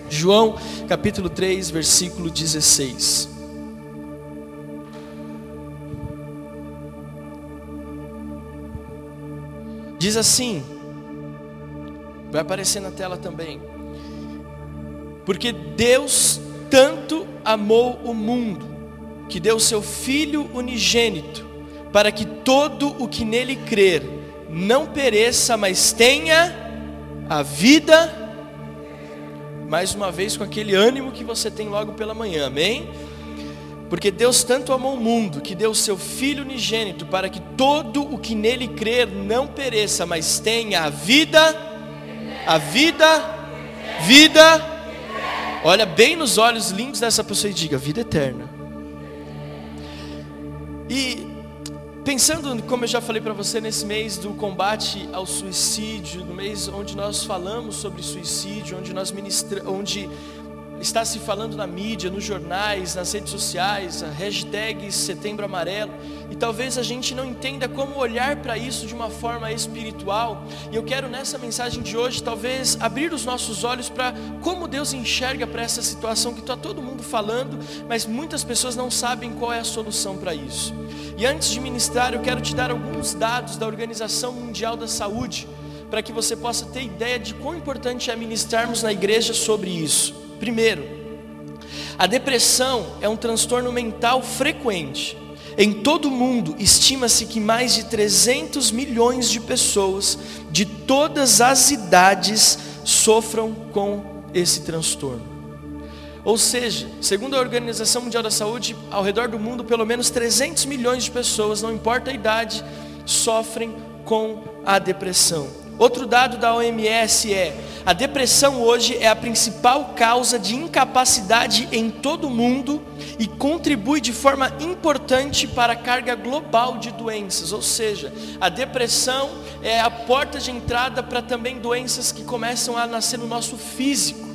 João capítulo 3, versículo 16. Diz assim, vai aparecer na tela também: porque Deus tanto amou o mundo, que deu seu Filho unigênito, para que todo o que nele crer não pereça, mas tenha a vida. Mais uma vez com aquele ânimo que você tem logo pela manhã, amém? Porque Deus tanto amou o mundo, que deu o seu Filho unigênito, para que todo o que nele crer não pereça, mas tenha a vida, vida. Olha bem nos olhos lindos dessa pessoa e diga: vida eterna. E pensando, como eu já falei para você, nesse mês do combate ao suicídio, no mês onde nós falamos sobre suicídio, onde está se falando na mídia, nos jornais, nas redes sociais, a hashtag Setembro Amarelo, e talvez a gente não entenda como olhar para isso de uma forma espiritual, e eu quero nessa mensagem de hoje talvez abrir os nossos olhos para como Deus enxerga para essa situação que está todo mundo falando, mas muitas pessoas não sabem qual é a solução para isso. E antes de ministrar, eu quero te dar alguns dados da Organização Mundial da Saúde, para que você possa ter ideia de quão importante é ministrarmos na igreja sobre isso. Primeiro, a depressão é um transtorno mental frequente. Em todo o mundo, estima-se que mais de 300 milhões de pessoas de todas as idades sofram com esse transtorno. Ou seja, segundo a Organização Mundial da Saúde, ao redor do mundo, pelo menos 300 milhões de pessoas, não importa a idade, sofrem com a depressão. Outro dado da OMS é: a depressão hoje é a principal causa de incapacidade em todo o mundo e contribui de forma importante para a carga global de doenças. Ou seja, a depressão é a porta de entrada para também doenças que começam a nascer no nosso físico.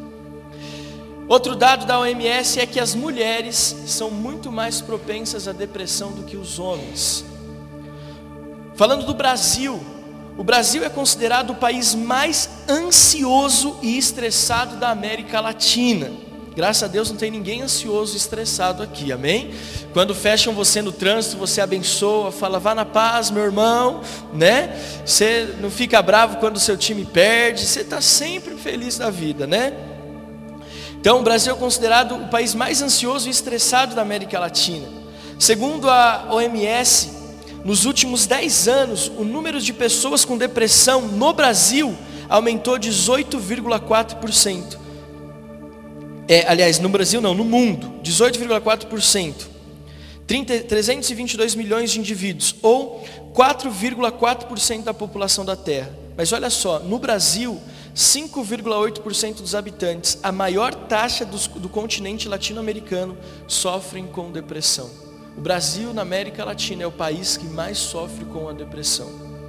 Outro dado da OMS é que as mulheres são muito mais propensas à depressão do que os homens. Falando do Brasil, o Brasil é considerado o país mais ansioso e estressado da América Latina. Graças a Deus não tem ninguém ansioso e estressado aqui, amém? Quando fecham você no trânsito, você abençoa, fala: vá na paz, meu irmão, né? Você não fica bravo quando o seu time perde, você está sempre feliz da vida, né? Então o Brasil é considerado o país mais ansioso e estressado da América Latina. Segundo a OMS, nos últimos 10 anos, o número de pessoas com depressão no Brasil aumentou 18,4%. Aliás, no Brasil não, no mundo, 18,4%. 322 milhões de indivíduos, ou 4,4% da população da Terra. Mas olha só, no Brasil, 5,8% dos habitantes, a maior taxa do continente latino-americano, sofrem com depressão. O Brasil, na América Latina, é o país que mais sofre com a depressão.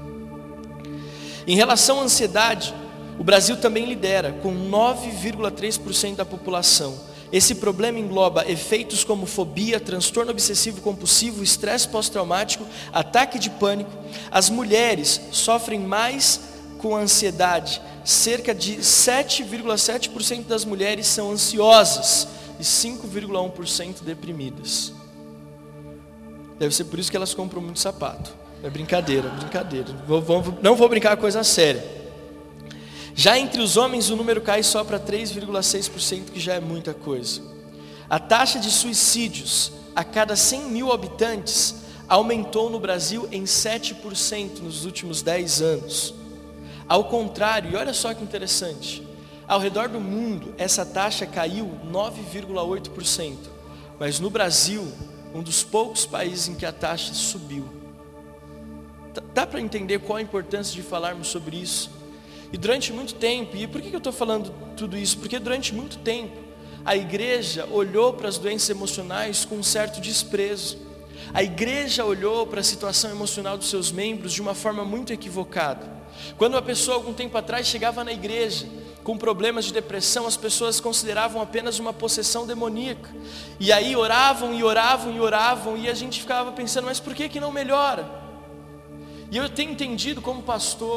Em relação à ansiedade, o Brasil também lidera, com 9,3% da população. Esse problema engloba efeitos como fobia, transtorno obsessivo compulsivo, estresse pós-traumático, ataque de pânico. As mulheres sofrem mais com a ansiedade. Cerca de 7,7% das mulheres são ansiosas e 5,1% deprimidas. Deve ser por isso que elas compram muito sapato. É brincadeira. Não vou brincar com coisa séria. Já entre os homens o número cai só para 3,6%, que já é muita coisa. A taxa de suicídios a cada 100 mil habitantes aumentou no Brasil em 7% nos últimos 10 anos. Ao contrário, e olha só que interessante, ao redor do mundo essa taxa caiu 9,8%, mas no Brasil, um dos poucos países em que a taxa subiu. Dá para entender qual a importância de falarmos sobre isso? E durante muito tempo, e por que eu estou falando tudo isso? Porque durante muito tempo, a igreja olhou para as doenças emocionais com um certo desprezo. A igreja olhou para a situação emocional dos seus membros de uma forma muito equivocada. Quando uma pessoa, algum tempo atrás, chegava na igreja com problemas de depressão, as pessoas consideravam apenas uma possessão demoníaca. E aí oravam, e a gente ficava pensando: mas por que não melhora? E eu tenho entendido como pastor,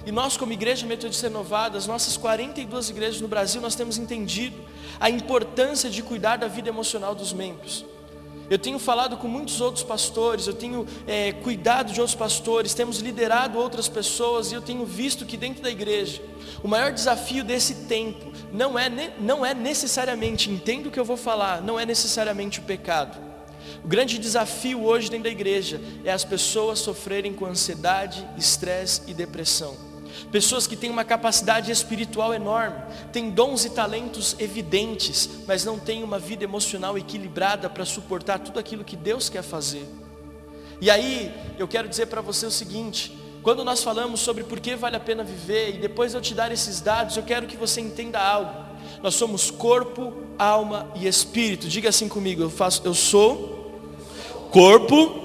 E nós, como Igreja Metodista Renovada, as nossas 42 igrejas no Brasil, nós temos entendido a importância de cuidar da vida emocional dos membros. Eu tenho falado com muitos outros pastores, eu tenho cuidado de outros pastores, temos liderado outras pessoas, e eu tenho visto que dentro da igreja, o maior desafio desse tempo não é necessariamente, entenda o que eu vou falar, não é necessariamente o pecado. O grande desafio hoje dentro da igreja é as pessoas sofrerem com ansiedade, estresse e depressão. Pessoas que têm uma capacidade espiritual enorme, têm dons e talentos evidentes, mas não têm uma vida emocional equilibrada para suportar tudo aquilo que Deus quer fazer. E aí, eu quero dizer para você o seguinte: quando nós falamos sobre por que vale a pena viver, e depois eu te dar esses dados, eu quero que você entenda algo. Nós somos corpo, alma e espírito. Diga assim comigo: eu sou corpo,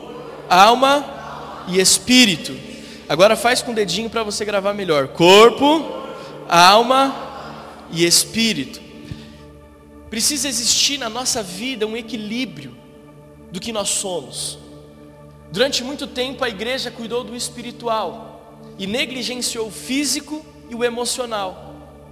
alma e espírito. Agora faz com o dedinho para você gravar melhor. Corpo, alma e espírito. Precisa existir na nossa vida um equilíbrio do que nós somos. Durante muito tempo a igreja cuidou do espiritual e negligenciou o físico e o emocional.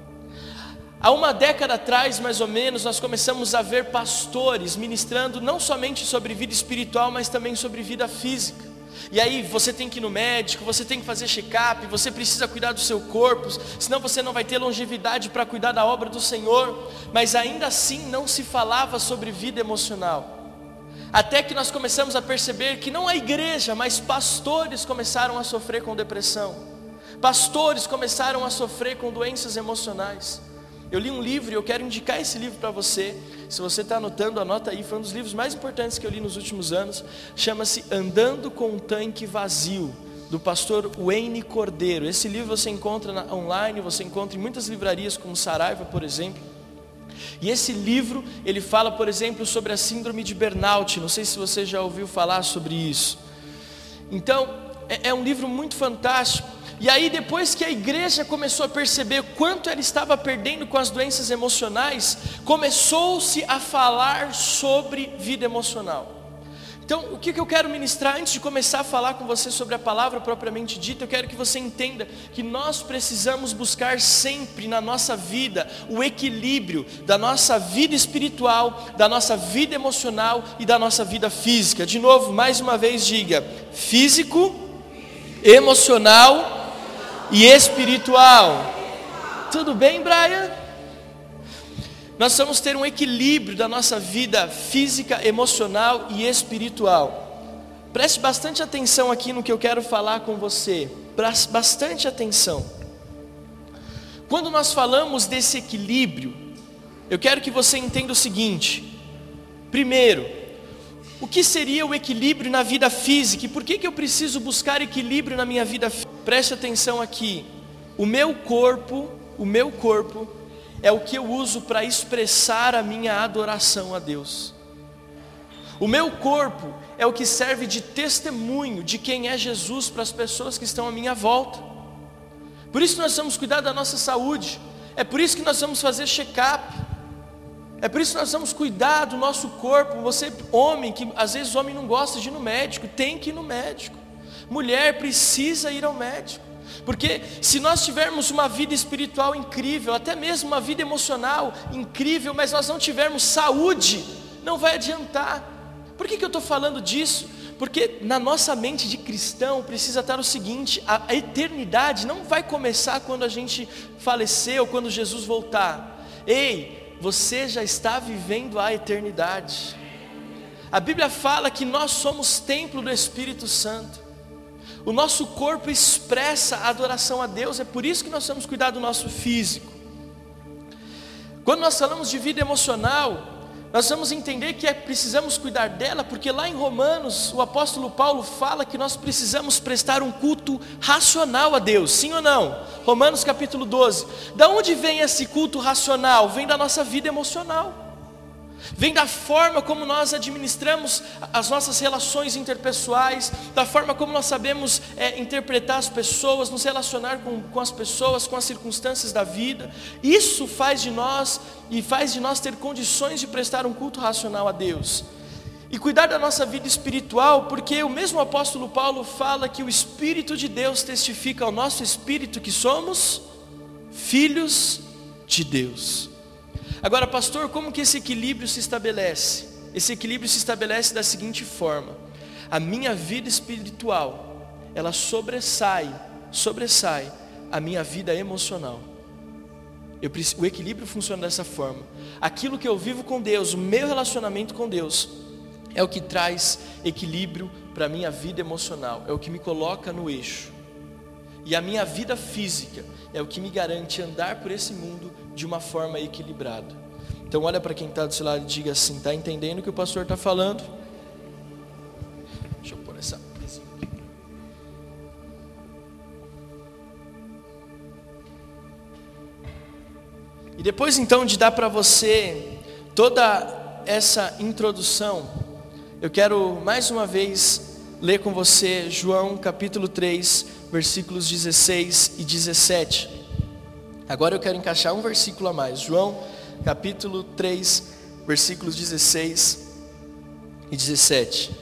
Há uma década atrás, mais ou menos, nós começamos a ver pastores ministrando não somente sobre vida espiritual, mas também sobre vida física. E aí você tem que ir no médico, você tem que fazer check-up, você precisa cuidar do seu corpo, senão você não vai ter longevidade para cuidar da obra do Senhor. Mas ainda assim não se falava sobre vida emocional. Até que nós começamos a perceber que não a igreja, mas pastores começaram a sofrer com depressão. Pastores começaram a sofrer com doenças emocionais. Eu li um livro e eu quero indicar esse livro para você. Se você está anotando, anota aí. Foi um dos livros mais importantes que eu li nos últimos anos. Chama-se Andando com um Tanque Vazio, do pastor Wayne Cordeiro. Esse livro você encontra online, você encontra em muitas livrarias como Saraiva, por exemplo. E esse livro, ele fala, por exemplo, sobre a síndrome de burnout. Não sei se você já ouviu falar sobre isso. Então, é um livro muito fantástico. E aí depois que a igreja começou a perceber quanto ela estava perdendo com as doenças emocionais, começou-se a falar sobre vida emocional. Então, o que eu quero ministrar antes de começar a falar com você sobre a palavra propriamente dita, eu quero que você entenda que nós precisamos buscar sempre na nossa vida o equilíbrio da nossa vida espiritual, da nossa vida emocional e da nossa vida física. De novo, mais uma vez diga: físico, emocional e espiritual. Tudo bem, Brian? Nós vamos ter um equilíbrio da nossa vida física, emocional e espiritual. Preste bastante atenção aqui no que eu quero falar com você. Preste bastante atenção. Quando nós falamos desse equilíbrio, eu quero que você entenda o seguinte. Primeiro, o que seria o equilíbrio na vida física? E por que eu preciso buscar equilíbrio na minha vida física? Preste atenção aqui. O meu corpo é o que eu uso para expressar a minha adoração a Deus. O meu corpo é o que serve de testemunho de quem é Jesus para as pessoas que estão à minha volta. Por isso nós vamos cuidar da nossa saúde. É por isso que nós vamos fazer check-up. É por isso que nós vamos cuidar do nosso corpo. Você, homem, que às vezes o homem não gosta de ir no médico, tem que ir no médico. Mulher precisa ir ao médico. Porque se nós tivermos uma vida espiritual incrível, até mesmo uma vida emocional incrível, mas nós não tivermos saúde, não vai adiantar. Por que eu estou falando disso? Porque na nossa mente de cristão precisa estar o seguinte: a eternidade não vai começar quando a gente falecer ou quando Jesus voltar. Ei, você já está vivendo a eternidade. A Bíblia fala que nós somos templo do Espírito Santo. O nosso corpo expressa a adoração a Deus. É por isso que nós vamos cuidar do nosso físico. Quando nós falamos de vida emocional, nós vamos entender que precisamos cuidar dela, porque lá em Romanos, o apóstolo Paulo fala que nós precisamos prestar um culto racional a Deus, sim ou não? Romanos capítulo 12. Da onde vem esse culto racional? Vem da nossa vida emocional. Vem da forma como nós administramos as nossas relações interpessoais, da forma como nós sabemos interpretar as pessoas, nos relacionar com as pessoas, com as circunstâncias da vida. Isso faz de nós ter condições de prestar um culto racional a Deus. E cuidar da nossa vida espiritual, porque o mesmo apóstolo Paulo fala que o Espírito de Deus testifica ao nosso espírito que somos filhos de Deus. Agora, pastor, como que esse equilíbrio se estabelece? Esse equilíbrio se estabelece da seguinte forma: a minha vida espiritual, ela sobressai a minha vida emocional. O equilíbrio funciona dessa forma. Aquilo que eu vivo com Deus, o meu relacionamento com Deus, é o que traz equilíbrio para a minha vida emocional, é o que me coloca no eixo. E a minha vida física é o que me garante andar por esse mundo de uma forma equilibrada. Então olha para quem está do seu lado e diga assim: está entendendo o que o pastor está falando? Deixa eu pôr essa mesinha aqui. E depois então de dar para você toda essa introdução, eu quero mais uma vez ler com você João capítulo 3, versículos 16 e 17. Agora eu quero encaixar um versículo a mais. João capítulo 3, versículos 16 e 17.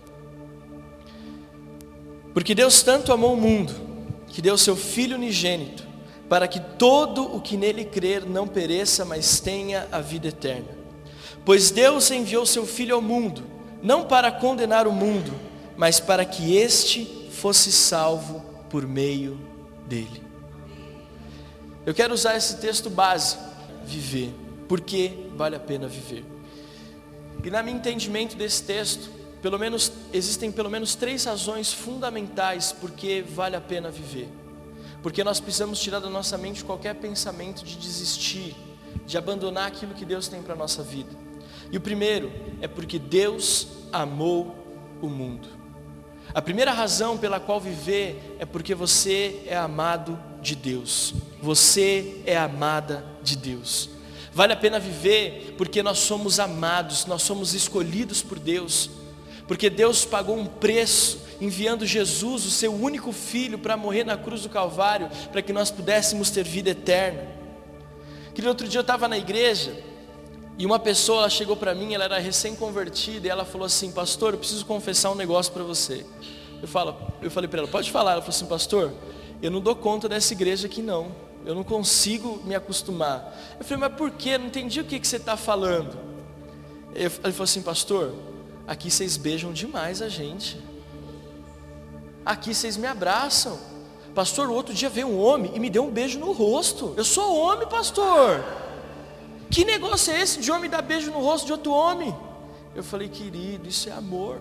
Porque Deus tanto amou o mundo, que deu seu Filho unigênito, para que todo o que nele crer não pereça, mas tenha a vida eterna. Pois Deus enviou seu Filho ao mundo, não para condenar o mundo, mas para que este fosse salvo por meio dele. Eu quero usar esse texto base, viver, porque vale a pena viver. E no meu entendimento desse texto, existem pelo menos 3 razões fundamentais porque vale a pena viver. Porque nós precisamos tirar da nossa mente qualquer pensamento de desistir, de abandonar aquilo que Deus tem para a nossa vida. E o primeiro é porque Deus amou o mundo. A primeira razão pela qual viver é porque você é amado de Deus. Você é amada de Deus. Vale a pena viver porque nós somos amados, nós somos escolhidos por Deus. Porque Deus pagou um preço enviando Jesus, o seu único filho, para morrer na cruz do Calvário, para que nós pudéssemos ter vida eterna. Aquele outro dia eu estava na igreja e uma pessoa, ela chegou para mim, ela era recém-convertida, e ela falou assim: pastor, eu preciso confessar um negócio para você. Eu falei para ela: pode falar. Ela falou assim: pastor, eu não dou conta dessa igreja aqui não, eu não consigo me acostumar. Eu falei: mas por quê? Eu não entendi o que você está falando. Ele falou assim: pastor, aqui vocês beijam demais a gente, aqui vocês me abraçam. Pastor, o outro dia veio um homem e me deu um beijo no rosto. Eu sou homem, pastor. Que negócio é esse de homem dar beijo no rosto de outro homem? Eu falei: querido, isso é amor.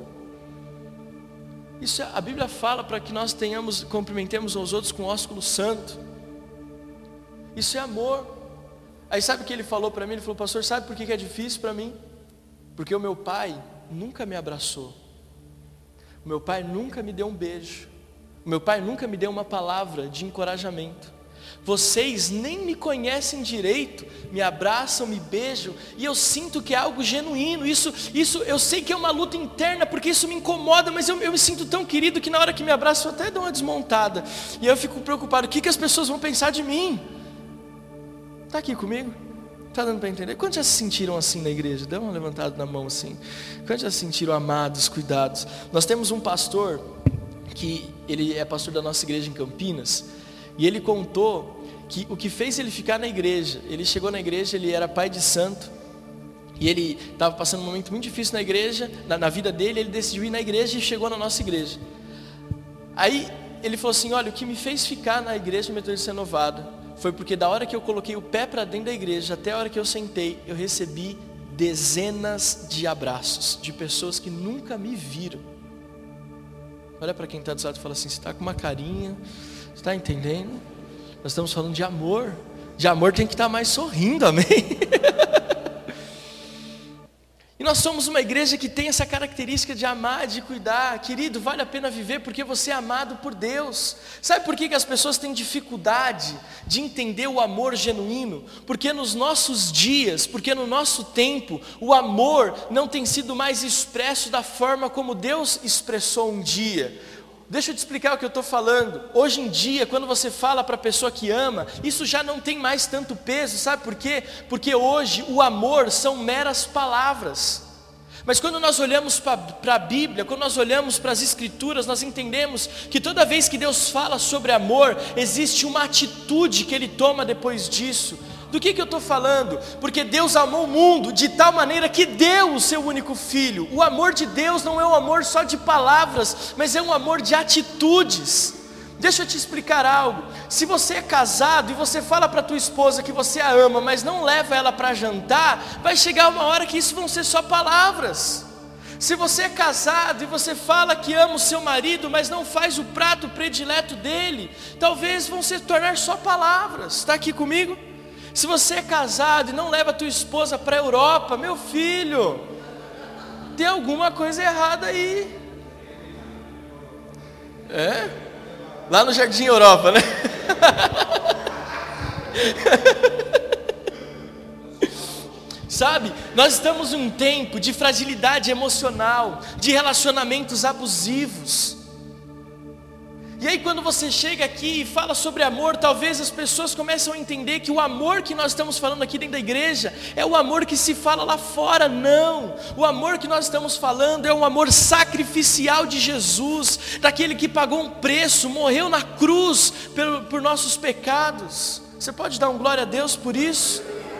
A Bíblia fala para que nós cumprimentemos aos outros com ósculo santo. Isso é amor. Aí sabe o que ele falou para mim? Ele falou: pastor, sabe por que é difícil para mim? Porque o meu pai nunca me abraçou, o meu pai nunca me deu um beijo, o meu pai nunca me deu uma palavra de encorajamento. Vocês nem me conhecem direito, me abraçam, me beijam, e eu sinto que é algo genuíno. Isso eu sei que é uma luta interna, porque isso me incomoda, mas eu me sinto tão querido que na hora que me abraçam eu até dou uma desmontada, e eu fico preocupado: o que as pessoas vão pensar de mim? Está aqui comigo? Está dando para entender? Quantos já se sentiram assim na igreja? Dê uma levantada na mão assim. Quantos já se sentiram amados, cuidados? Nós temos um pastor, que ele é pastor da nossa igreja em Campinas, e ele contou que o que fez ele ficar na igreja, ele chegou na igreja, ele era pai de santo, e ele estava passando um momento muito difícil na igreja, na vida dele, ele decidiu ir na igreja e chegou na nossa igreja. Aí ele falou assim: olha, o que me fez ficar na igreja Metodista Renovada foi porque da hora que eu coloquei o pé para dentro da igreja até a hora que eu sentei, eu recebi dezenas de abraços de pessoas que nunca me viram. Olha para quem está do lado e fala assim: você está com uma carinha, você está entendendo? Nós estamos falando de amor. De amor tem que estar mais sorrindo, amém? E nós somos uma igreja que tem essa característica de amar, de cuidar. Querido, vale a pena viver porque você é amado por Deus. Sabe por que as pessoas têm dificuldade de entender o amor genuíno? Porque nos nossos dias, porque no nosso tempo, o amor não tem sido mais expresso da forma como Deus expressou um dia. Deixa eu te explicar o que eu estou falando. Hoje em dia, quando você fala para a pessoa que ama, isso já não tem mais tanto peso. Sabe por quê? Porque hoje o amor são meras palavras. Mas quando nós olhamos para a Bíblia, quando nós olhamos para as Escrituras, nós entendemos que toda vez que Deus fala sobre amor, existe uma atitude que Ele toma depois disso. Do que eu estou falando? Porque Deus amou o mundo de tal maneira que deu o seu único filho. O amor de Deus não é um amor só de palavras, mas é um amor de atitudes. Deixa eu te explicar algo. Se você é casado e você fala para tua esposa que você a ama, mas não leva ela para jantar, vai chegar uma hora que isso vão ser só palavras. Se você é casado e você fala que ama o seu marido, mas não faz o prato predileto dele, talvez vão se tornar só palavras. Está aqui comigo? Se você é casado e não leva a tua esposa para a Europa, meu filho, tem alguma coisa errada aí. Lá no Jardim Europa, né? Sabe, nós estamos em um tempo de fragilidade emocional, de relacionamentos abusivos. E aí quando você chega aqui e fala sobre amor, talvez as pessoas começam a entender que o amor que nós estamos falando aqui dentro da igreja é o amor que se fala lá fora. Não, o amor que nós estamos falando é um amor sacrificial de Jesus, daquele que pagou um preço, morreu na cruz por nossos pecados. Você pode dar um glória a Deus por isso?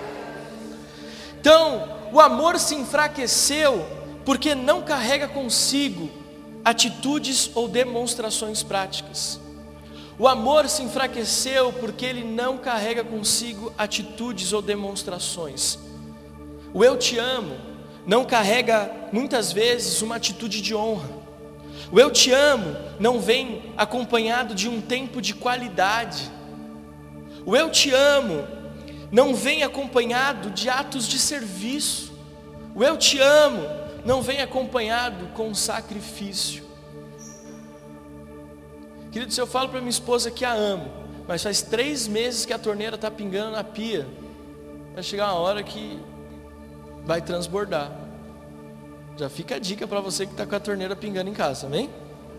Então, o amor se enfraqueceu porque não carrega consigo atitudes ou demonstrações práticas. O amor se enfraqueceu porque ele não carrega consigo atitudes ou demonstrações. O eu te amo não carrega muitas vezes uma atitude de honra. O eu te amo não vem acompanhado de um tempo de qualidade. O eu te amo não vem acompanhado de atos de serviço. O eu te amo não vem acompanhado com sacrifício. Querido, se eu falo para minha esposa que a amo, mas faz 3 meses que a torneira está pingando na pia, vai chegar uma hora que vai transbordar. Já fica a dica para você que está com a torneira pingando em casa, amém?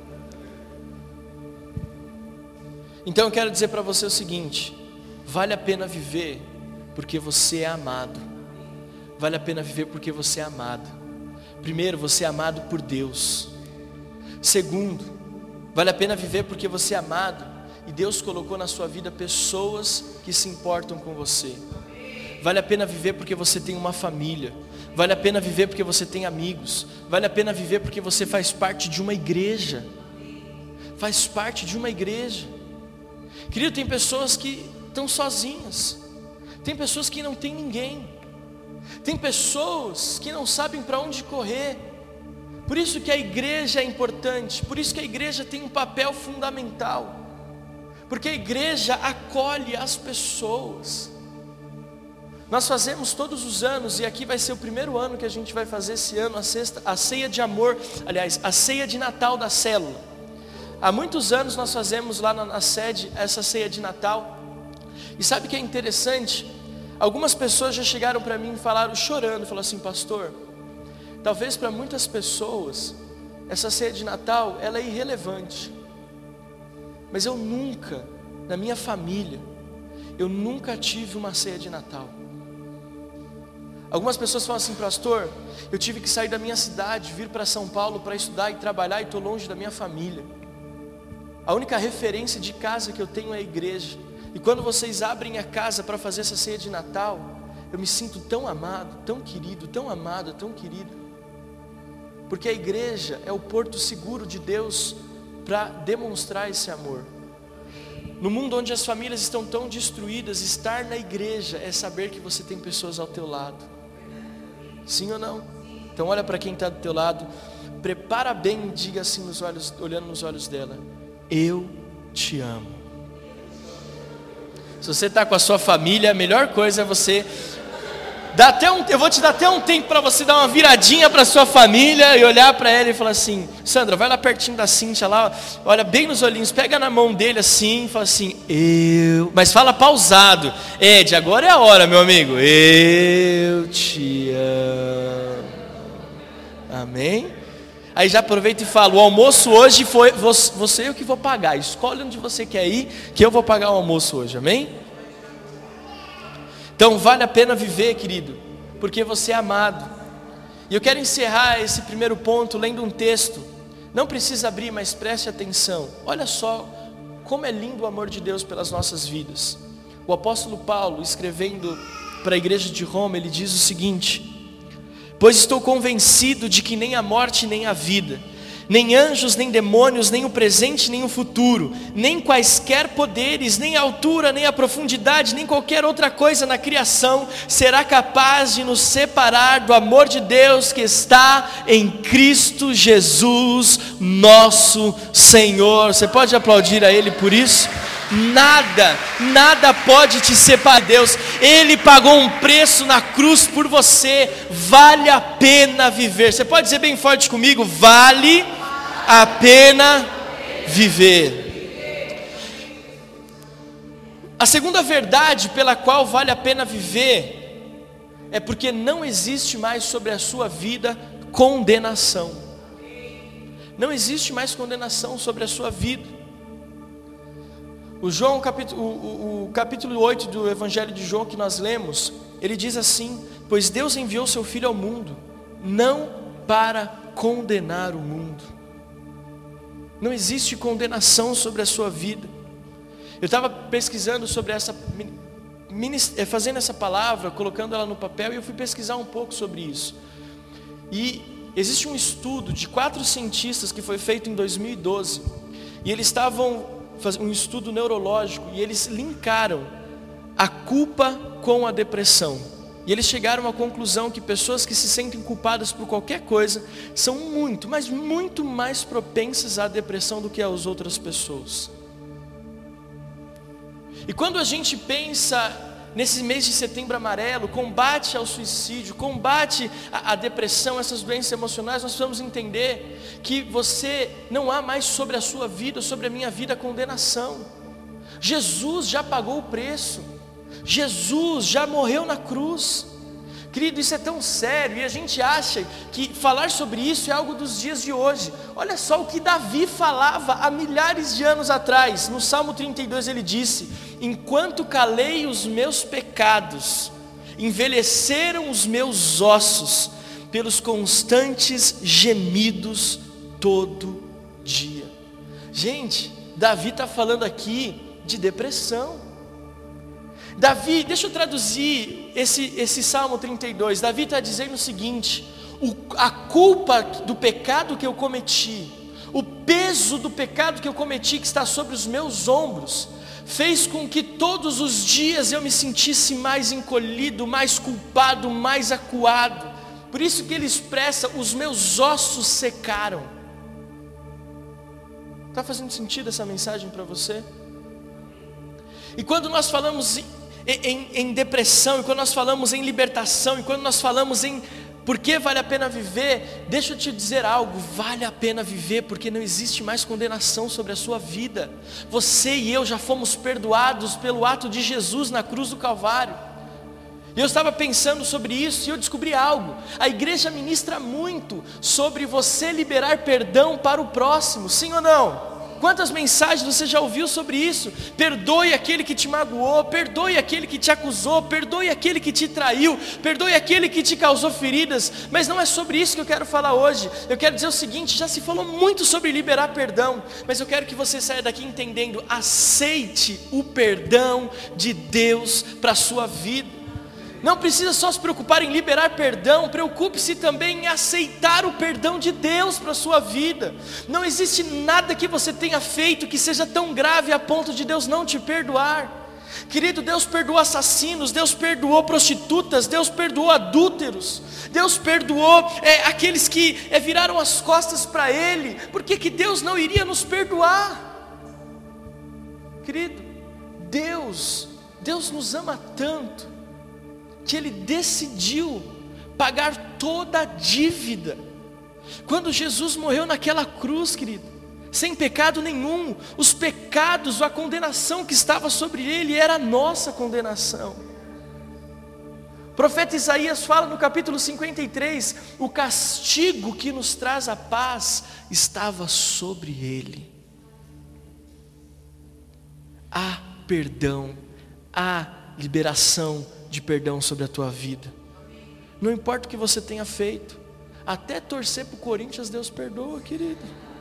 Então eu quero dizer para você o seguinte: vale a pena viver porque você é amado. Vale a pena viver porque você é amado. Primeiro, você é amado por Deus. Segundo, vale a pena viver porque você é amado e Deus colocou na sua vida pessoas que se importam com você. Vale a pena viver porque você tem uma família. Vale a pena viver porque você tem amigos. Vale a pena viver porque você faz parte de uma igreja. Faz parte de uma igreja. Querido, tem pessoas que estão sozinhas. Tem pessoas que não têm ninguém. Tem pessoas que não sabem para onde correr. Por isso que a igreja é importante. Por isso que a igreja tem um papel fundamental. Porque a igreja acolhe as pessoas. Nós fazemos todos os anos, e aqui vai ser o primeiro ano que a gente vai fazer esse ano, a ceia de amor, aliás, a ceia de Natal da célula. Há muitos anos nós fazemos lá na sede essa ceia de Natal. E sabe o que é interessante? Algumas pessoas já chegaram para mim e falaram, chorando, falaram assim: pastor, talvez para muitas pessoas essa ceia de Natal ela é irrelevante, mas eu nunca, na minha família, eu nunca tive uma ceia de Natal. Algumas pessoas falam assim: pastor, eu tive que sair da minha cidade, vir para São Paulo para estudar e trabalhar, e estou longe da minha família. A única referência de casa que eu tenho é a igreja. E quando vocês abrem a casa para fazer essa ceia de Natal, eu me sinto tão amado, tão querido, tão amado, tão querido. Porque a igreja é o porto seguro de Deus para demonstrar esse amor. No mundo onde as famílias estão tão destruídas, estar na igreja é saber que você tem pessoas ao teu lado. Sim ou não? Então olha para quem está do teu lado, prepara bem e diga assim nos olhos, olhando nos olhos dela: eu te amo. Se você está com a sua família, a melhor coisa é você eu vou te dar até um tempo para você dar uma viradinha para sua família e olhar para ela e falar assim: Sandra, vai lá pertinho da Cíntia lá, olha bem nos olhinhos, pega na mão dele assim e fala assim: mas fala pausado. Ed, agora é a hora, meu amigo. Eu te amo. Amém? Aí já aproveita e fala: o almoço hoje foi você eu que vou pagar. Escolhe onde você quer ir, que eu vou pagar o almoço hoje, amém? Então vale a pena viver, querido, porque você é amado. E eu quero encerrar esse primeiro ponto lendo um texto. Não precisa abrir, mas preste atenção. Olha só como é lindo o amor de Deus pelas nossas vidas. O apóstolo Paulo, escrevendo para a igreja de Roma, ele diz o seguinte: pois estou convencido de que nem a morte nem a vida, nem anjos, nem demônios, nem o presente, nem o futuro, nem quaisquer poderes, nem a altura, nem a profundidade, nem qualquer outra coisa na criação será capaz de nos separar do amor de Deus que está em Cristo Jesus, nosso Senhor. Você pode aplaudir a Ele por isso? Nada pode te separar de Deus. Ele pagou um preço na cruz por você. Vale a pena viver. Você pode dizer bem forte comigo: vale a pena viver. A segunda verdade pela qual vale a pena viver é porque não existe mais sobre a sua vida condenação. Não existe mais condenação sobre a sua vida. O capítulo 8 do Evangelho de João que nós lemos, ele diz assim: pois Deus enviou seu Filho ao mundo, não para condenar o mundo. Não existe condenação sobre a sua vida. Eu estava pesquisando sobre fazendo essa palavra, colocando ela no papel, e eu fui pesquisar um pouco sobre isso. E existe um estudo de 4 cientistas que foi feito em 2012, e eles estavam fazendo um estudo neurológico, e eles linkaram a culpa com a depressão. E eles chegaram à conclusão que pessoas que se sentem culpadas por qualquer coisa são muito, mas muito mais propensas à depressão do que as outras pessoas. E quando a gente pensa nesse mês de setembro amarelo, combate ao suicídio, combate à depressão, essas doenças emocionais, nós precisamos entender que não há mais sobre a sua vida, sobre a minha vida, condenação. Jesus já pagou o preço. Jesus já morreu na cruz. Querido, isso é tão sério, e a gente acha que falar sobre isso é algo dos dias de hoje. Olha só o que Davi falava há milhares de anos atrás. No Salmo 32 ele disse: enquanto calei os meus pecados, envelheceram os meus ossos pelos constantes gemidos todo dia. Gente, Davi está falando aqui de depressão. Davi, deixa eu traduzir esse Salmo 32. Davi está dizendo o seguinte: a culpa do pecado que eu cometi, o peso do pecado que eu cometi, que está sobre os meus ombros, fez com que todos os dias eu me sentisse mais encolhido, mais culpado, mais acuado. Por isso que ele expressa: os meus ossos secaram. Está fazendo sentido essa mensagem para você? E quando nós falamos em depressão, e quando nós falamos em libertação, e quando nós falamos em por que vale a pena viver, deixa eu te dizer algo: vale a pena viver porque não existe mais condenação sobre a sua vida. Você e eu já fomos perdoados pelo ato de Jesus na cruz do Calvário. E eu estava pensando sobre isso e eu descobri algo: a igreja ministra muito sobre você liberar perdão para o próximo, sim ou não? Quantas mensagens você já ouviu sobre isso? Perdoe aquele que te magoou, perdoe aquele que te acusou, perdoe aquele que te traiu, perdoe aquele que te causou feridas. Mas não é sobre isso que eu quero falar hoje. Eu quero dizer o seguinte: já se falou muito sobre liberar perdão, mas eu quero que você saia daqui entendendo: aceite o perdão de Deus para a sua vida. Não precisa só se preocupar em liberar perdão, preocupe-se também em aceitar o perdão de Deus para a sua vida. Não existe nada que você tenha feito que seja tão grave a ponto de Deus não te perdoar. Querido, Deus perdoou assassinos, Deus perdoou prostitutas, Deus perdoou adúlteros, Deus perdoou aqueles que viraram as costas para Ele. Por que Deus não iria nos perdoar? Querido, Deus nos ama tanto que Ele decidiu pagar toda a dívida. Quando Jesus morreu naquela cruz, querido, sem pecado nenhum, os pecados, a condenação que estava sobre Ele era a nossa condenação. O profeta Isaías fala no capítulo 53, o castigo que nos traz a paz estava sobre Ele. Há perdão, há liberação de perdão sobre a tua vida. Não importa o que você tenha feito, Até torcer pro Corinthians, Deus perdoa, querido.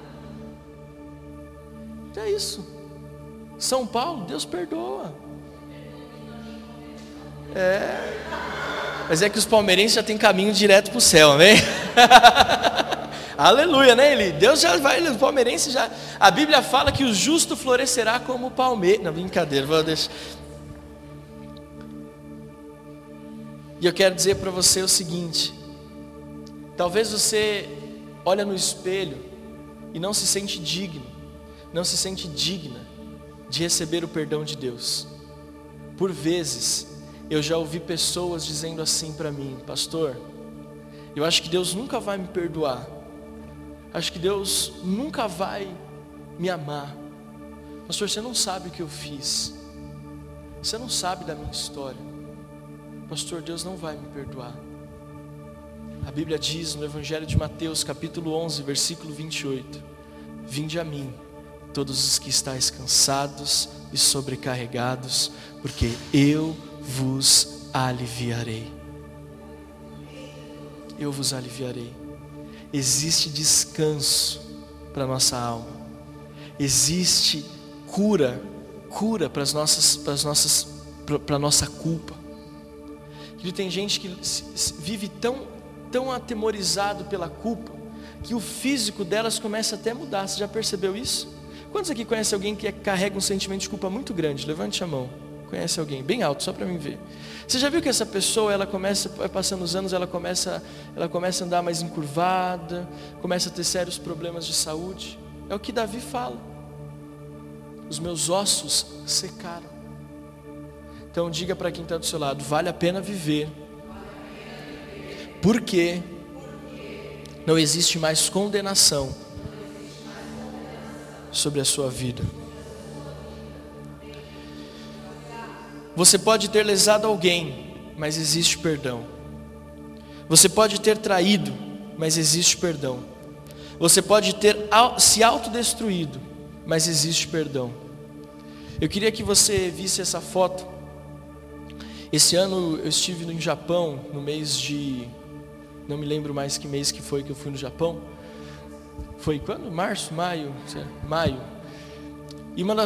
É isso. São Paulo, Deus perdoa. Mas é que os palmeirenses já têm caminho direto para o céu, amém? Aleluia, né, Eli? Deus já vai, o palmeirense já... A Bíblia fala que o justo florescerá como o palmeira. Não, brincadeira, vou deixar... E eu quero dizer para você o seguinte: talvez você olha no espelho e não se sente digno, não se sente digna de receber o perdão de Deus. Por vezes, eu já ouvi pessoas dizendo assim para mim: pastor, eu acho que Deus nunca vai me perdoar, acho que Deus nunca vai me amar. Pastor, você não sabe o que eu fiz, você não sabe da minha história. Pastor, Deus não vai me perdoar. A Bíblia diz no Evangelho de Mateus, capítulo 11, versículo 28: vinde a mim, todos os que estáis cansados e sobrecarregados, porque eu vos aliviarei. Eu vos aliviarei. Existe descanso para a nossa alma. Existe cura para a nossa culpa. E tem gente que vive tão atemorizado pela culpa, que o físico delas começa até a mudar. Você já percebeu isso? Quantos aqui conhecem alguém que carrega um sentimento de culpa muito grande? Levante a mão. Conhece alguém? Bem alto, só para mim ver. Você já viu que essa pessoa, ela começa, passando os anos, ela começa a andar mais encurvada, começa a ter sérios problemas de saúde? É o que Davi fala: os meus ossos secaram. Então diga para quem está do seu lado: vale a pena viver, porque não existe mais condenação sobre a sua vida. Você pode ter lesado alguém, mas existe perdão. Você pode ter traído, mas existe perdão. Você pode ter se autodestruído, mas existe perdão. Eu queria que você visse essa foto. Esse ano eu estive no Japão, no mês de... não me lembro mais que mês que foi que eu fui no Japão. Foi quando? Março, maio? Maio. E uma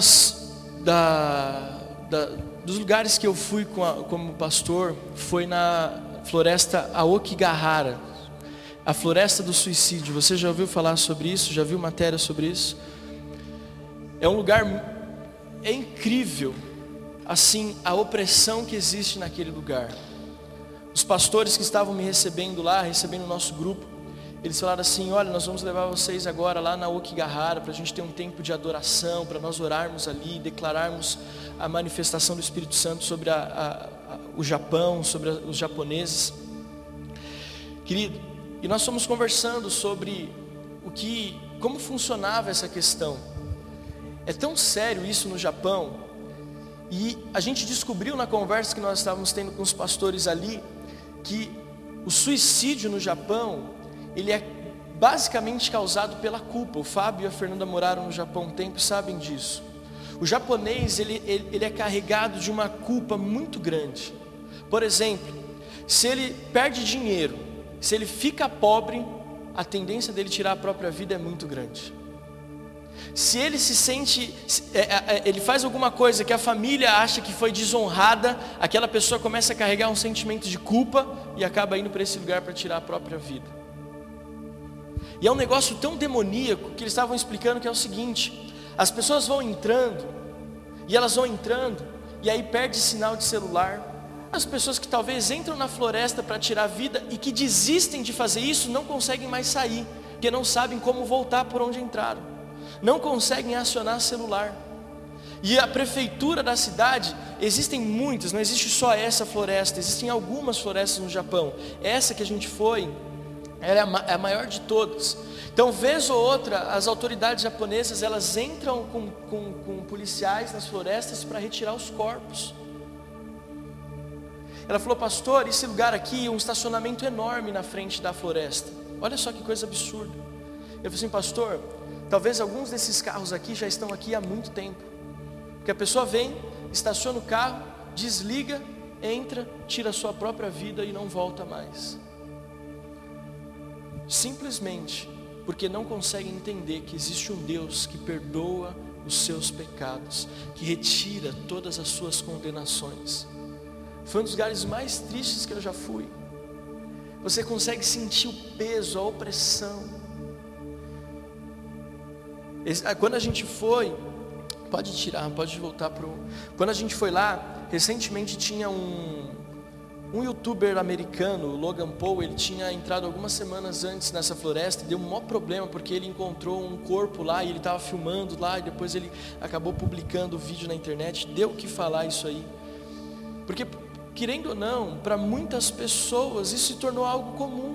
dos lugares que eu fui como pastor foi na floresta Aokigahara, a floresta do suicídio. Você já ouviu falar sobre isso? Já viu matéria sobre isso? É um lugar... é incrível, assim, a opressão que existe naquele lugar. Os pastores que estavam me recebendo lá, recebendo o nosso grupo, eles falaram assim: olha, nós vamos levar vocês agora lá na Aokigahara, para a gente ter um tempo de adoração, para nós orarmos ali, declararmos a manifestação do Espírito Santo sobre o Japão, sobre os japoneses. Querido, e nós fomos conversando sobre como funcionava essa questão. É tão sério isso no Japão. E a gente descobriu na conversa que nós estávamos tendo com os pastores ali, que o suicídio no Japão, ele é basicamente causado pela culpa. O Fábio e a Fernanda moraram no Japão um tempo e sabem disso. O japonês, ele é carregado de uma culpa muito grande. Por exemplo, se ele perde dinheiro, se ele fica pobre, a tendência dele tirar a própria vida é muito grande. Se ele se sente, ele faz alguma coisa que a família acha que foi desonrada, aquela pessoa começa a carregar um sentimento de culpa e acaba indo para esse lugar para tirar a própria vida. E é um negócio tão demoníaco que eles estavam explicando, que é o seguinte: as pessoas vão entrando, e aí perde sinal de celular. As pessoas que talvez entram na floresta para tirar a vida e que desistem de fazer isso, não conseguem mais sair, porque não sabem como voltar por onde entraram. Não conseguem acionar celular. E a prefeitura da cidade, existem muitas, não existe só essa floresta, existem algumas florestas no Japão. Essa que a gente foi, ela é a maior de todas. Então, vez ou outra, as autoridades japonesas, elas entram com policiais nas florestas para retirar os corpos. Ela falou: pastor, esse lugar aqui, um estacionamento enorme na frente da floresta. Olha só que coisa absurda. Eu falei assim: pastor, talvez alguns desses carros aqui já estão aqui há muito tempo. Porque a pessoa vem, estaciona o carro, desliga, entra, tira a sua própria vida e não volta mais. simplesmente porque não conseguem entender que existe um Deus que perdoa os seus pecados, que retira todas as suas condenações. Foi um dos lugares mais tristes que eu já fui. Você consegue sentir o peso, a opressão. Quando a gente foi, pode tirar, pode voltar para o... Quando a gente foi lá, recentemente tinha um youtuber americano, o Logan Paul. Ele tinha entrado algumas semanas antes nessa floresta, deu um maior problema, porque ele encontrou um corpo lá, e ele estava filmando lá, e depois ele acabou publicando o vídeo na internet. Deu o que falar isso aí, porque, querendo ou não, para muitas pessoas isso se tornou algo comum.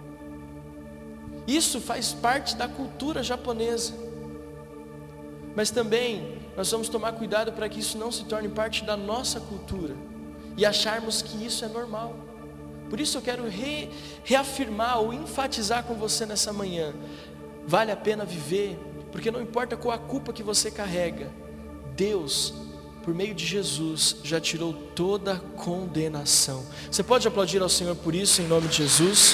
Isso faz parte da cultura japonesa, mas também nós vamos tomar cuidado para que isso não se torne parte da nossa cultura e acharmos que isso é normal. Por isso eu quero reafirmar ou enfatizar com você nessa manhã: vale a pena viver, porque não importa qual a culpa que você carrega, Deus, por meio de Jesus, já tirou toda a condenação. Você pode aplaudir ao Senhor por isso, em nome de Jesus?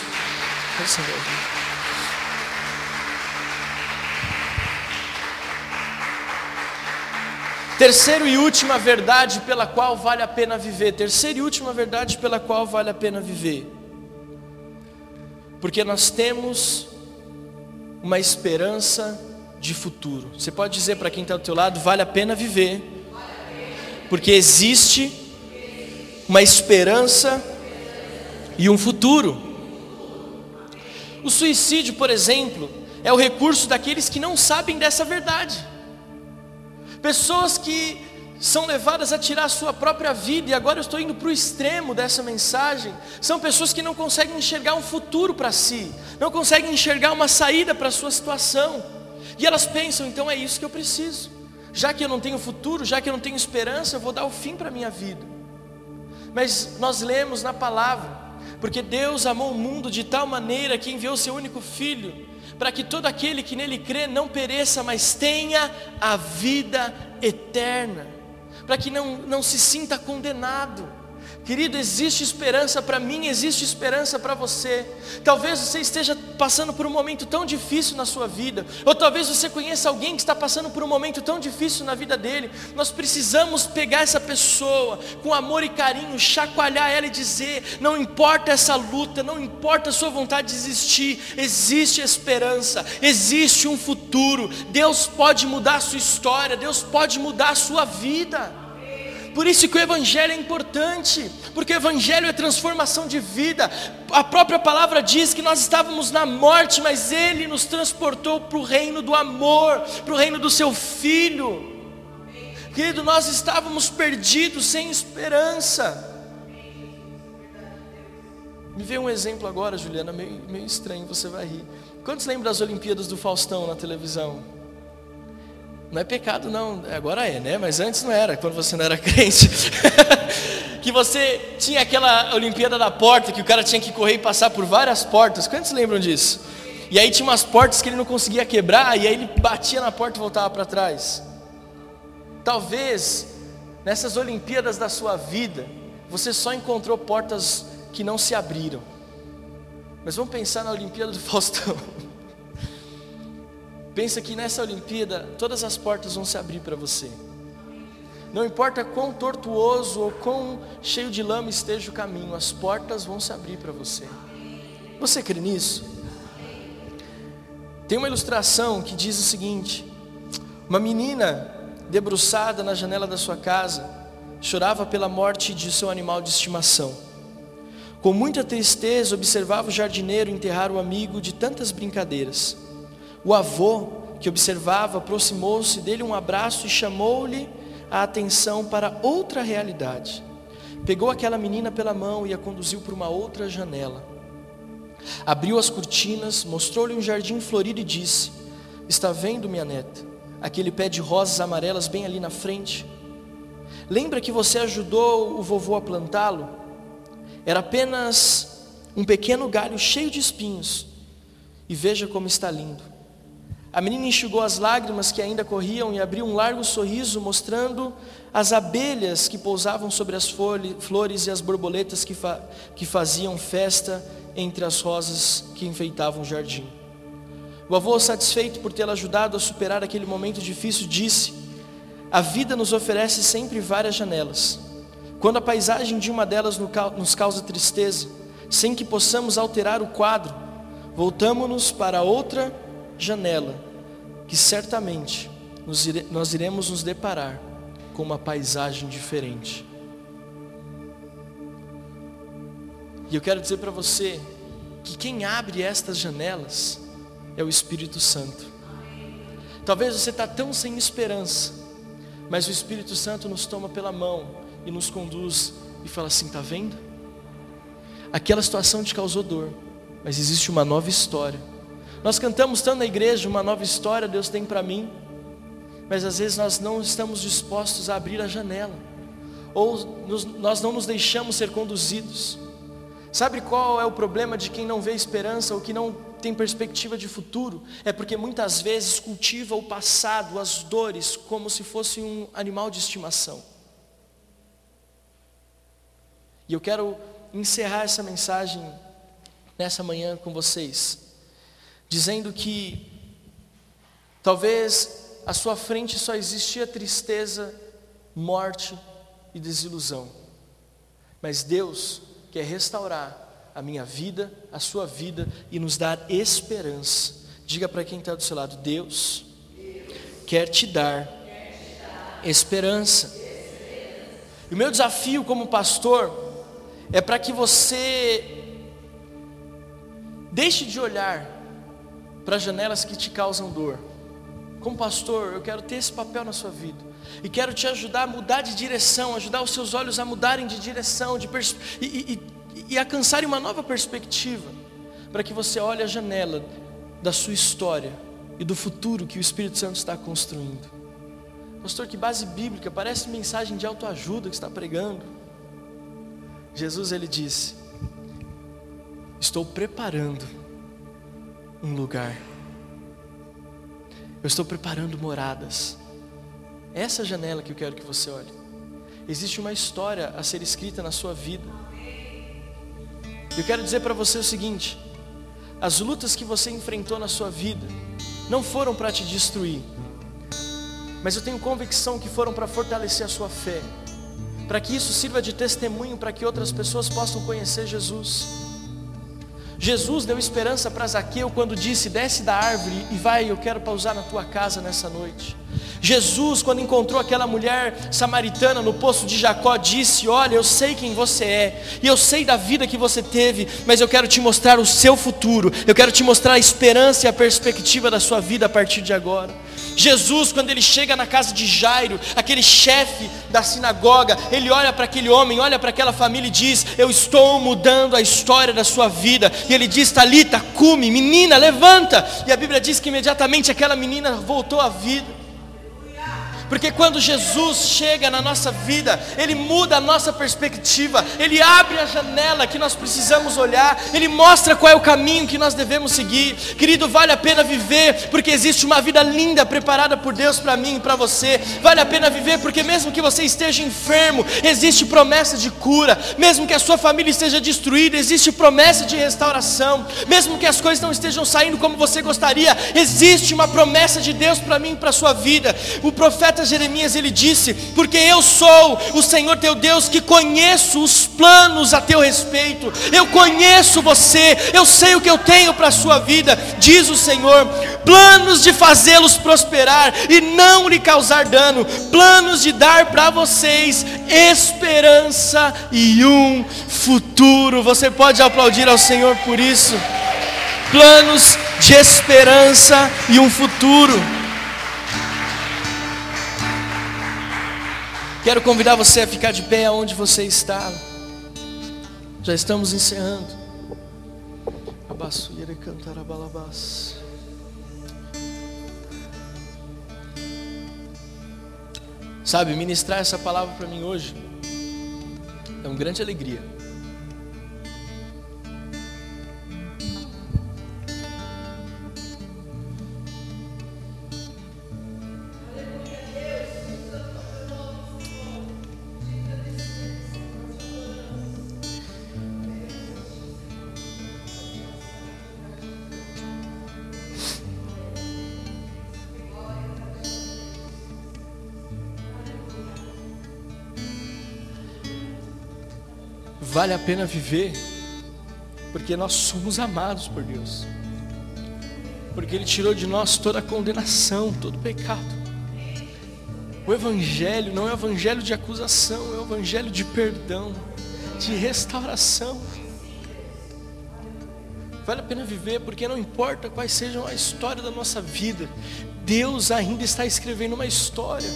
Terceira e última verdade pela qual vale a pena viver. Terceira e última verdade pela qual vale a pena viver. Porque nós temos uma esperança de futuro. Você pode dizer para quem está do teu lado: vale a pena viver, porque existe uma esperança e um futuro. O suicídio, por exemplo, é o recurso daqueles que não sabem dessa verdade. Pessoas que são levadas a tirar a sua própria vida, e agora eu estou indo para o extremo dessa mensagem, são pessoas que não conseguem enxergar um futuro para si, não conseguem enxergar uma saída para a sua situação, e elas pensam: então é isso que eu preciso, já que eu não tenho futuro, já que eu não tenho esperança, eu vou dar o fim para a minha vida. Mas nós lemos na palavra: porque Deus amou o mundo de tal maneira que enviou seu único Filho, para que todo aquele que nele crê não pereça, mas tenha a vida eterna, para que não se sinta condenado. Querido, existe esperança para mim, existe esperança para você. Talvez você esteja passando por um momento tão difícil na sua vida, ou talvez você conheça alguém que está passando por um momento tão difícil na vida dele. Nós precisamos pegar essa pessoa com amor e carinho, chacoalhar ela e dizer: não importa essa luta, não importa a sua vontade de desistir, existe esperança, existe um futuro. Deus pode mudar a sua história, Deus pode mudar a sua vida. Por isso que o Evangelho é importante, porque o Evangelho é transformação de vida. A própria palavra diz que nós estávamos na morte, mas Ele nos transportou para o reino do amor, para o reino do seu Filho. Querido, nós estávamos perdidos, sem esperança. Me veio um exemplo agora, Juliana, meio estranho, você vai rir. Quantos lembram das Olimpíadas do Faustão na televisão? Não é pecado não, agora é, né? Mas antes não era, quando você não era crente. Que você tinha aquela Olimpíada da porta, que o cara tinha que correr e passar por várias portas. Quantos lembram disso? E aí tinha umas portas que ele não conseguia quebrar, e aí ele batia na porta e voltava para trás. Talvez nessas Olimpíadas da sua vida você só encontrou portas que não se abriram. Mas vamos pensar na Olimpíada do Faustão. Pensa que nessa Olimpíada todas as portas vão se abrir para você. Não importa quão tortuoso ou quão cheio de lama esteja o caminho, as portas vão se abrir para você. Você crê nisso? Tem uma ilustração que diz o seguinte: uma menina debruçada na janela da sua casa chorava pela morte de seu animal de estimação. Com muita tristeza observava o jardineiro enterrar o amigo de tantas brincadeiras. O avô, que observava, aproximou-se dele um abraço e chamou-lhe a atenção para outra realidade. Pegou aquela menina pela mão e a conduziu para uma outra janela. Abriu as cortinas, mostrou-lhe um jardim florido e disse: está vendo, minha neta, aquele pé de rosas amarelas bem ali na frente? Lembra que você ajudou o vovô a plantá-lo? Era apenas um pequeno galho cheio de espinhos, e veja como está lindo. A menina enxugou as lágrimas que ainda corriam e abriu um largo sorriso, mostrando as abelhas que pousavam sobre as flores e as borboletas que faziam festa entre as rosas que enfeitavam o jardim. O avô, satisfeito por tê-la ajudado a superar aquele momento difícil, disse: a vida nos oferece sempre várias janelas. Quando a paisagem de uma delas nos causa tristeza, sem que possamos alterar o quadro, voltamo-nos para outra janela, que certamente nós iremos nos deparar com uma paisagem diferente. E eu quero dizer para você que quem abre estas janelas é o Espírito Santo. Talvez você está tão sem esperança, mas o Espírito Santo nos toma pela mão e nos conduz e fala assim: está vendo? Aquela situação te causou dor, mas existe uma nova história. Nós cantamos tanto na igreja, uma nova história Deus tem para mim, mas às vezes nós não estamos dispostos a abrir a janela, ou nós não nos deixamos ser conduzidos. Sabe qual é o problema de quem não vê esperança ou que não tem perspectiva de futuro? É porque muitas vezes cultiva o passado, as dores, como se fosse um animal de estimação. E eu quero encerrar essa mensagem nessa manhã com vocês, dizendo que talvez à sua frente só existia tristeza, morte e desilusão, mas Deus quer restaurar a minha vida, a sua vida e nos dar esperança. Diga para quem está do seu lado: Deus quer te dar esperança. E o meu desafio como pastor é para que você deixe de olhar para as janelas que te causam dor. Como pastor, eu quero ter esse papel na sua vida e quero te ajudar a mudar de direção, ajudar os seus olhos a mudarem de direção, e alcançarem uma nova perspectiva, para que você olhe a janela da sua história e do futuro que o Espírito Santo está construindo. Pastor, que base bíblica, parece mensagem de autoajuda que está pregando. Jesus, ele disse: estou preparando um lugar, eu estou preparando moradas. Essa janela que eu quero que você olhe. Existe uma história a ser escrita na sua vida. Eu quero dizer para você o seguinte: as lutas que você enfrentou na sua vida não foram para te destruir, mas eu tenho convicção que foram para fortalecer a sua fé, para que isso sirva de testemunho para que outras pessoas possam conhecer Jesus. Jesus deu esperança para Zaqueu quando disse: desce da árvore e vai, eu quero pousar na tua casa nessa noite. Jesus, quando encontrou aquela mulher samaritana no poço de Jacó, disse: olha, eu sei quem você é, e eu sei da vida que você teve, mas eu quero te mostrar o seu futuro, eu quero te mostrar a esperança e a perspectiva da sua vida a partir de agora. Jesus, quando ele chega na casa de Jairo, aquele chefe da sinagoga, ele olha para aquele homem, olha para aquela família e diz: eu estou mudando a história da sua vida. E ele diz: Talita, cume, menina, levanta. E a Bíblia diz que imediatamente aquela menina voltou à vida. Porque quando Jesus chega na nossa vida, Ele muda a nossa perspectiva, Ele abre a janela que nós precisamos olhar, Ele mostra qual é o caminho que nós devemos seguir. Querido, vale a pena viver, porque existe uma vida linda preparada por Deus para mim e para você. Vale a pena viver, porque mesmo que você esteja enfermo, existe promessa de cura. Mesmo que a sua família esteja destruída, existe promessa de restauração. Mesmo que as coisas não estejam saindo como você gostaria, existe uma promessa de Deus para mim e para a sua vida. O profeta Jeremias, ele disse: porque eu sou o Senhor teu Deus, que conheço os planos a teu respeito. Eu conheço você, eu sei o que eu tenho para a sua vida, diz o Senhor: planos de fazê-los prosperar e não lhe causar dano, planos de dar para vocês esperança e um futuro. Você pode aplaudir ao Senhor por isso? Planos de esperança e um futuro. Quero convidar você a ficar de pé aonde você está. Já estamos encerrando. Sabe, ministrar essa palavra para mim hoje é uma grande alegria. Vale a pena viver, porque nós somos amados por Deus. Porque Ele tirou de nós toda a condenação, todo o pecado. O Evangelho não é o Evangelho de acusação, é o Evangelho de perdão, de restauração. Vale a pena viver, porque não importa quais sejam a história da nossa vida, Deus ainda está escrevendo uma história.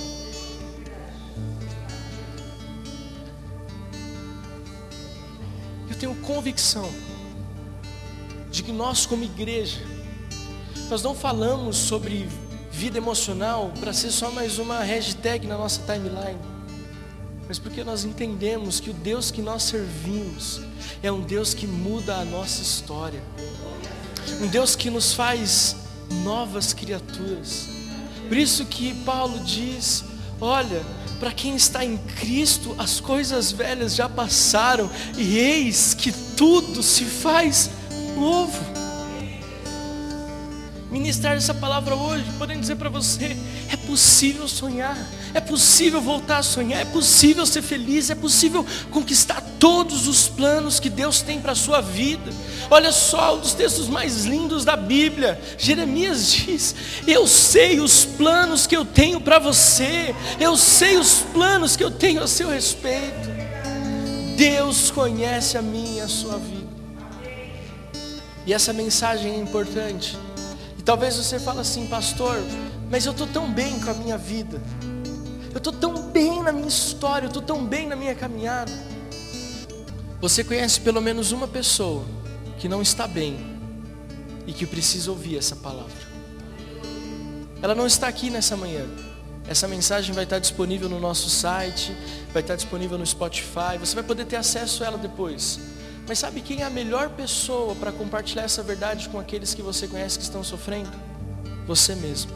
Eu tenho convicção de que nós, como igreja, nós não falamos sobre vida emocional para ser só mais uma hashtag na nossa timeline, mas porque nós entendemos que o Deus que nós servimos é um Deus que muda a nossa história, um Deus que nos faz novas criaturas. Por isso que Paulo diz: olha, para quem está em Cristo, as coisas velhas já passaram, e eis que tudo se faz novo. Ministrar essa palavra hoje, podendo dizer para você: é possível sonhar, é possível voltar a sonhar, é possível ser feliz, é possível conquistar todos os planos que Deus tem para a sua vida. Olha só, um dos textos mais lindos da Bíblia, Jeremias diz: eu sei os planos que eu tenho para você, eu sei os planos que eu tenho a seu respeito. Deus conhece a minha e a sua vida. E essa mensagem é importante. E talvez você fale assim: pastor, mas eu estou tão bem com a minha vida, eu estou tão bem na minha história, eu estou tão bem na minha caminhada. Você conhece pelo menos uma pessoa que não está bem e que precisa ouvir essa palavra. Ela não está aqui nessa manhã. Essa mensagem vai estar disponível no nosso site, vai estar disponível no Spotify, você vai poder ter acesso a ela depois. Mas sabe quem é a melhor pessoa para compartilhar essa verdade com aqueles que você conhece que estão sofrendo? Você mesmo.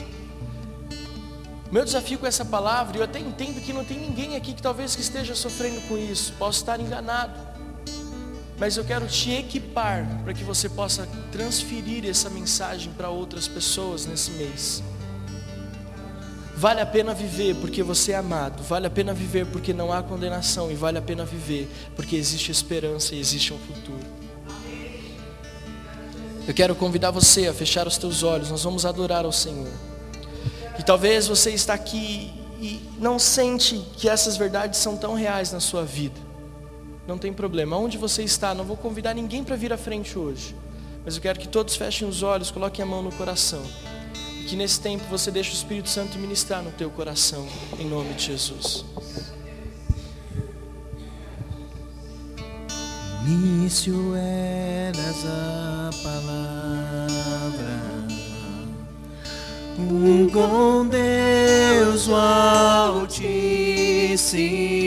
Meu desafio com essa palavra, eu até entendo que não tem ninguém aqui que talvez que esteja sofrendo com isso, posso estar enganado, mas eu quero te equipar para que você possa transferir essa mensagem para outras pessoas nesse mês. Vale a pena viver porque você é amado, vale a pena viver porque não há condenação, e vale a pena viver porque existe esperança e existe um futuro. Eu quero convidar você a fechar os teus olhos, nós vamos adorar ao Senhor. E talvez você está aqui e não sente que essas verdades são tão reais na sua vida. Não tem problema, onde você está, não vou convidar ninguém para vir à frente hoje, mas eu quero que todos fechem os olhos, coloquem a mão no coração. Que nesse tempo você deixe o Espírito Santo ministrar no teu coração, em nome de Jesus. Início eras a palavra, com Deus o Altíssimo,